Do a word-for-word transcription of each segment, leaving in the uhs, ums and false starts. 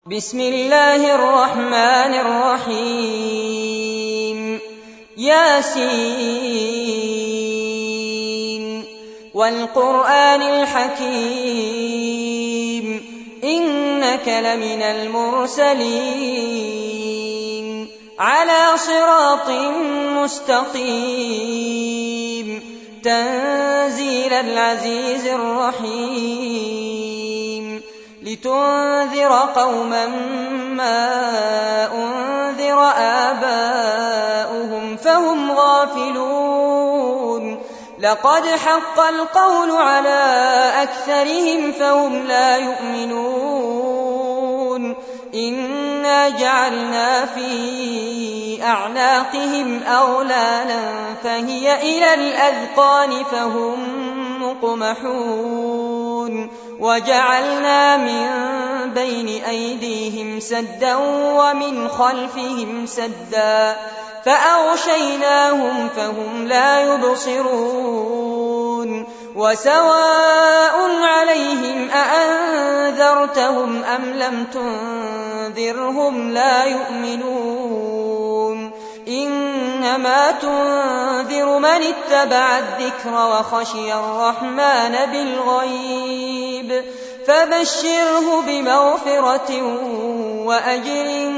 بسم الله الرحمن الرحيم ياسين والقرآن الحكيم إنك لمن المرسلين على صراط مستقيم تنزيل العزيز الرحيم لتنذر قوما ما أنذر آباؤهم فهم غافلون لقد حق القول على أكثرهم فهم لا يؤمنون إنا جعلنا في أعناقهم أغلالا فهي إلى الأذقان فهم مقمحون وجعلنا من بين أيديهم سدا ومن خلفهم سدا فأغشيناهم فهم لا يبصرون وسواء عليهم أأنذرتهم أم لم تنذرهم لا يؤمنون إنما تنذر من اتبع الذكر وخشي الرحمن بالغيب فبشره بمغفرة وأجر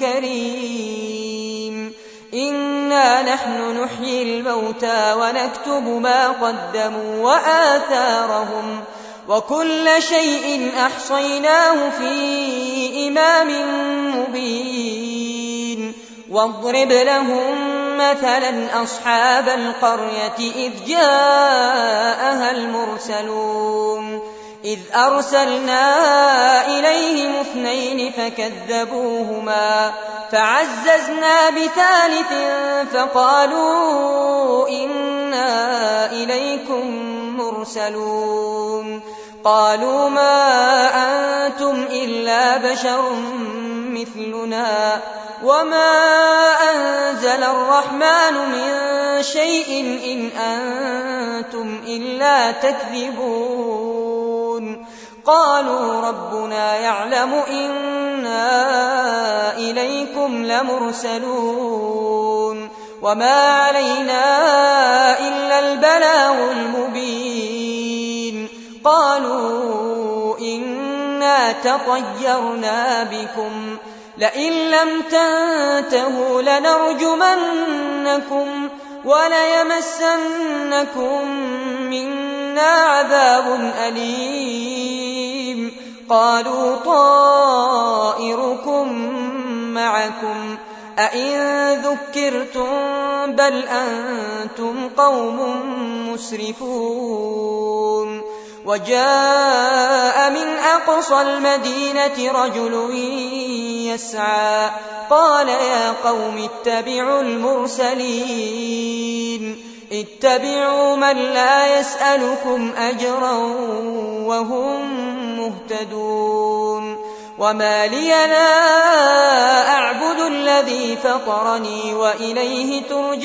كريم إنا نحن نحيي الموتى ونكتب ما قدموا وآثارهم وكل شيء أحصيناه في إمام مبين واضرب لهم مثلا أصحاب القرية إذ جاءها المرسلون إذ أرسلنا إليهم اثنين فكذبوهما فعززنا بثالث فقالوا إنا إليكم مرسلون قالوا ما أنتم إلا بشر مثلنا وما أنزل الرحمن من شيء إن أنتم إلا تكذبون قالوا ربنا يعلم إنا إليكم لمرسلون وما علينا إلا البلاغ المبين قالوا إنا تطيرنا بكم لئن لم تنتهوا لنرجمنكم وليمسنكم منا عذاب أليم قالوا طائركم معكم أئن ذكرتم بل أنتم قوم مسرفون وجاء من أقصى المدينة رجل يسعى قال يا قوم اتبعوا المرسلين اتبعوا من لا يسألكم أجرا وهم مهتدون وما لي لا أعبد الذي فطرني وإليه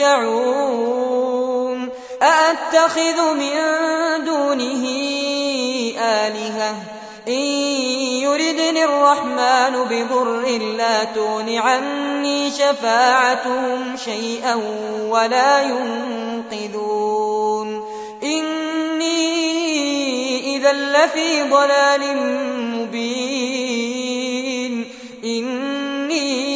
ترجعون أأتخذ من دونه آلهة إن يردني الرحمن بضر لا تغن عني شفاعتهم شيئا ولا ينقذون إني إذا لفي ضلال مبين إني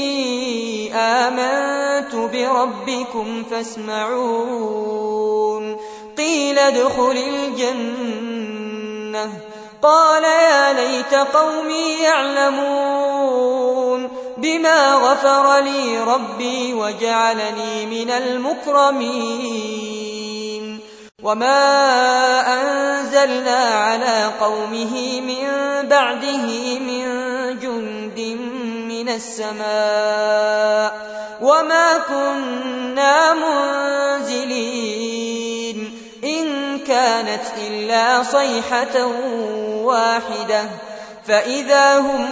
آمنت بربكم فاسمعون قيل ادخل الجنة قال يا ليت قومي يعلمون بما غفر لي ربي وجعلني من المكرمين وما أنزلنا على قومه من بعده من جند من السماء وما كنا منزلين إن كانت إلا صيحة واحدة فإذا هم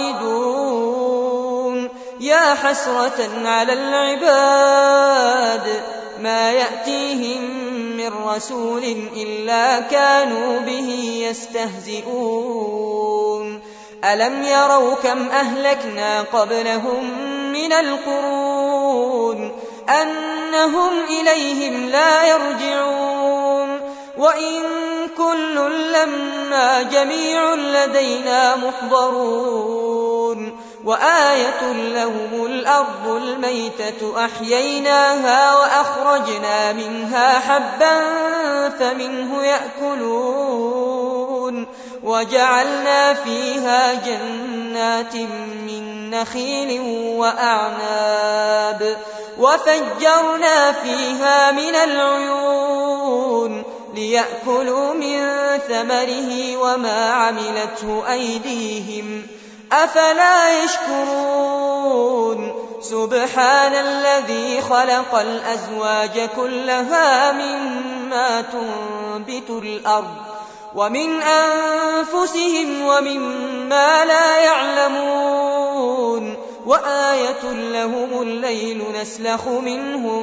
خامدون يا حسرة على العباد ما يأتيهم من رسول إلا كانوا به يستهزئون ألم يروا كم أهلكنا قبلهم من القرون أنهم إليهم لا يرجعون وإن كل لما جميع لدينا محضرون وآية لهم الأرض الميتة أحييناها وأخرجنا منها حبا فمنه يأكلون وجعلنا فيها جنات من نخيل وأعناب وفجرنا فيها من العيون ليأكلوا من ثمره وما عملته أيديهم أفلا يشكرون سبحان الذي خلق الأزواج كلها مما تنبت الأرض ومن أنفسهم ومما لا يعلمون وآية لهم الليل نسلخ منه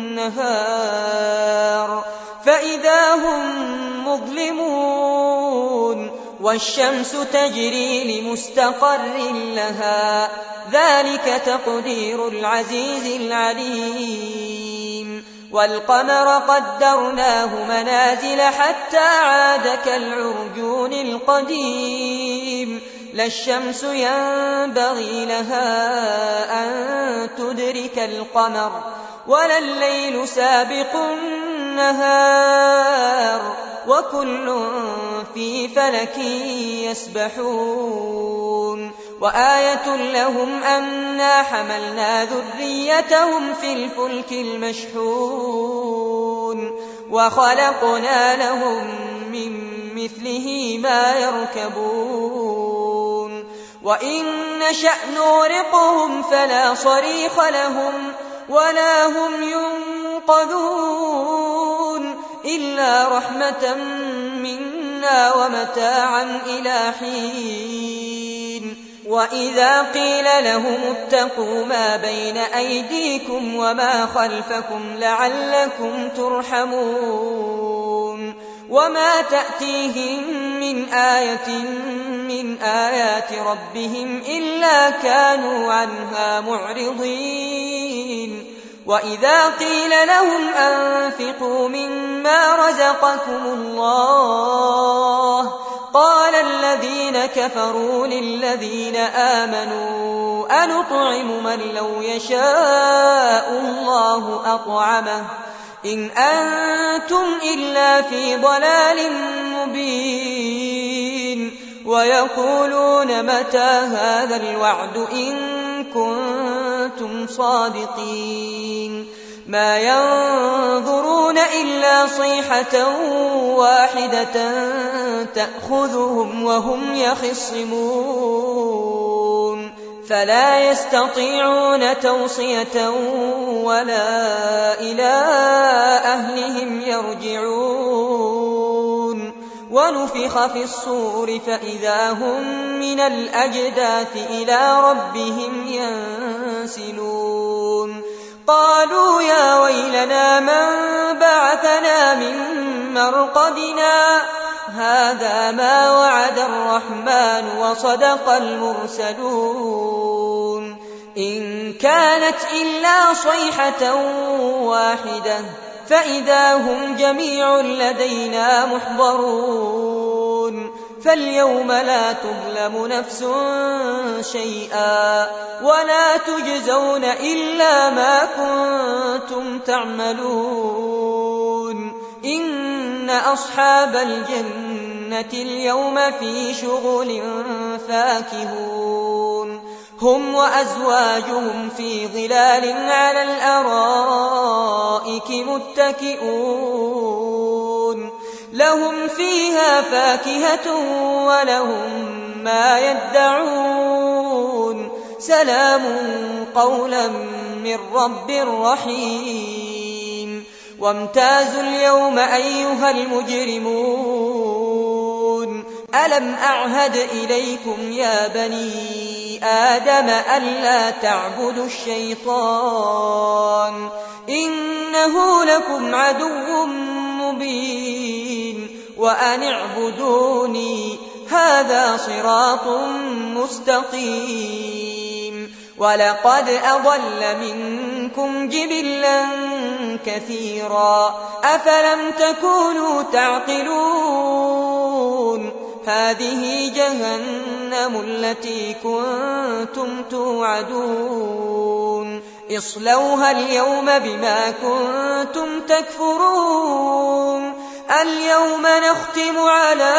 النهار فإذا هم مظلمون والشمس تجري لمستقر لها ذلك تقدير العزيز العليم والقمر قدرناه منازل حتى عاد كالعرجون القديم لا الشمس ينبغي لها أن تدرك القمر ولا الليل سابق النهار وكل في فلك يسبحون وآية لهم أنا حملنا ذريتهم في الفلك المشحون وخلقنا لهم من مثله ما يركبون وإن نشأ نغرقهم فلا صريخ لهم ولا هم ينقذون إلا رحمة منا ومتاعا إلى حين وإذا قيل لهم اتقوا ما بين أيديكم وما خلفكم لعلكم ترحمون وما تأتيهم من آية من آيات ربهم إلا كانوا عنها معرضين وإذا قيل لهم أنفقوا مما رزقكم الله قال الذين كفروا للذين آمنوا أنطعم من لو يشاء الله أطعمه إن أنتم إلا في ضلال مبين ويقولون متى هذا الوعد إن كنتم صادقين ما ينظرون إلا صيحة واحدة تأخذهم وهم يخصمون فلا يستطيعون توصية ولا إلى أهلهم يرجعون ونفخ في الصور فإذا هم من الأجداث إلى ربهم ينسلون قالوا يا ويلنا من بعثنا من مرقدنا هذا ما وعد الرحمن وصدق المرسلون إن كانت إلا صيحة واحدة فإذا هم جميع لدينا محضرون فاليوم لا تظلم نفس شيئا ولا تجزون إلا ما كنتم تعملون إن أصحاب الجنة اليوم في شغل فاكهون هم وأزواجهم في ظلال على الأرائك متكئون لهم فيها فاكهة ولهم ما يدعون سلام قولا من رب رحيم وامتازوا اليوم أيها المجرمون ألم أعهد إليكم يا بني آدم ألا تعبدوا الشيطان إنه لكم عدو مبين وأن اعبدوني هذا صراط مستقيم ولقد أضل منكم جبلا كثيرا أفلم تكونوا تعقلون هذه جهنم التي كنتم توعدون اصلوها اليوم بما كنتم تكفرون اليوم نختم على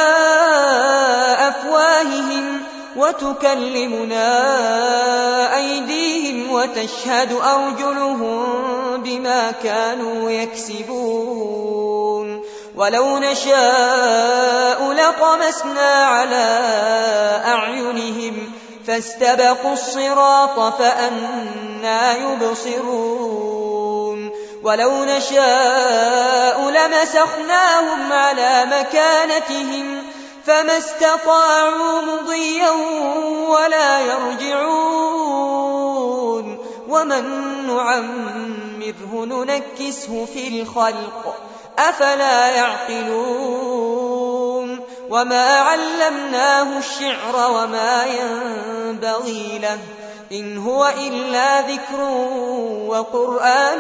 أفواههم وتكلمنا أيديهم وتشهد أرجلهم بما كانوا يكسبون ولو نشاء لطمسنا على أعينهم فاستبقوا الصراط فأنى يبصرون ولو نشاء لمسخناهم على مكانتهم فما استطاعوا مضيا ولا يرجعون ومن نعمره ننكسه في الخلق أفلا يعقلون وما علمناه الشعر وما ينبغي له إن هو إلا ذكر وقرآن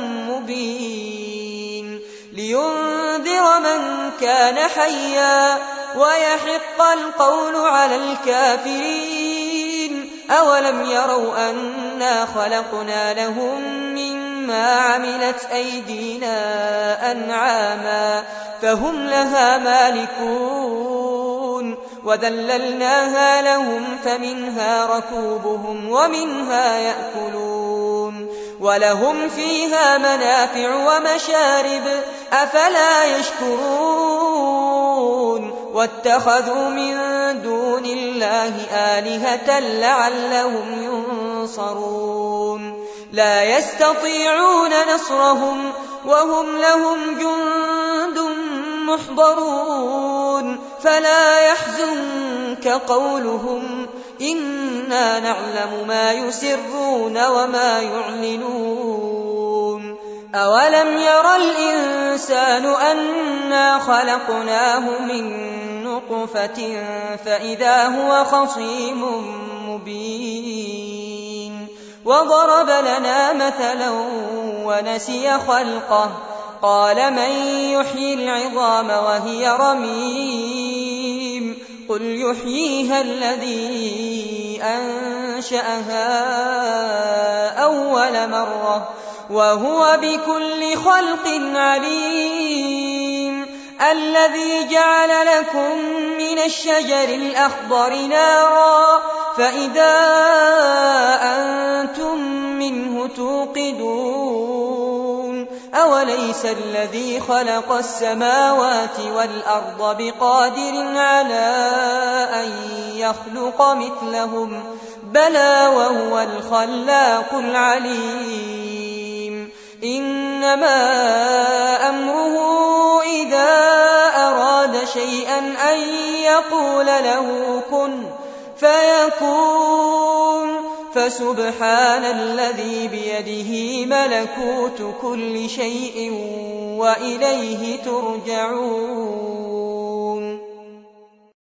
مبين لينذر من كان حيا ويحق القول على الكافرين أولم يروا أنا خلقنا لهم مما عملت أيدينا أنعاما فهم لها مالكون وذللناها لهم فمنها ركوبهم ومنها يأكلون ولهم فيها منافع ومشارب أفلا يشكرون واتخذوا من دون الله آلهة لعلهم ينصرون لا يستطيعون نصرهم وهم لهم جند محضرون فلا يحزنك قولهم إنا نعلم ما يسرون وما يعلنون أولم ير الإنسان أنا خلقناه من نطفة فإذا هو خصيم مبين وضرب لنا مثلا ونسي خلقه قال من يحيي العظام وهي رميم قل يحييها الذي أنشأها أول مرة وهو بكل خلق عليم الذي جعل لكم من الشجر الأخضر نارا فإذا أنتم منه توقدون أوليس الذي خلق السماوات والأرض بقادر على أن يخلق مثلهم بلى وهو الخلاق العليم إنما أمره إذا أراد شيئا أن يقول له كن فيكون فسبحان الذي بيده ملكوت كل شيء وإليه ترجعون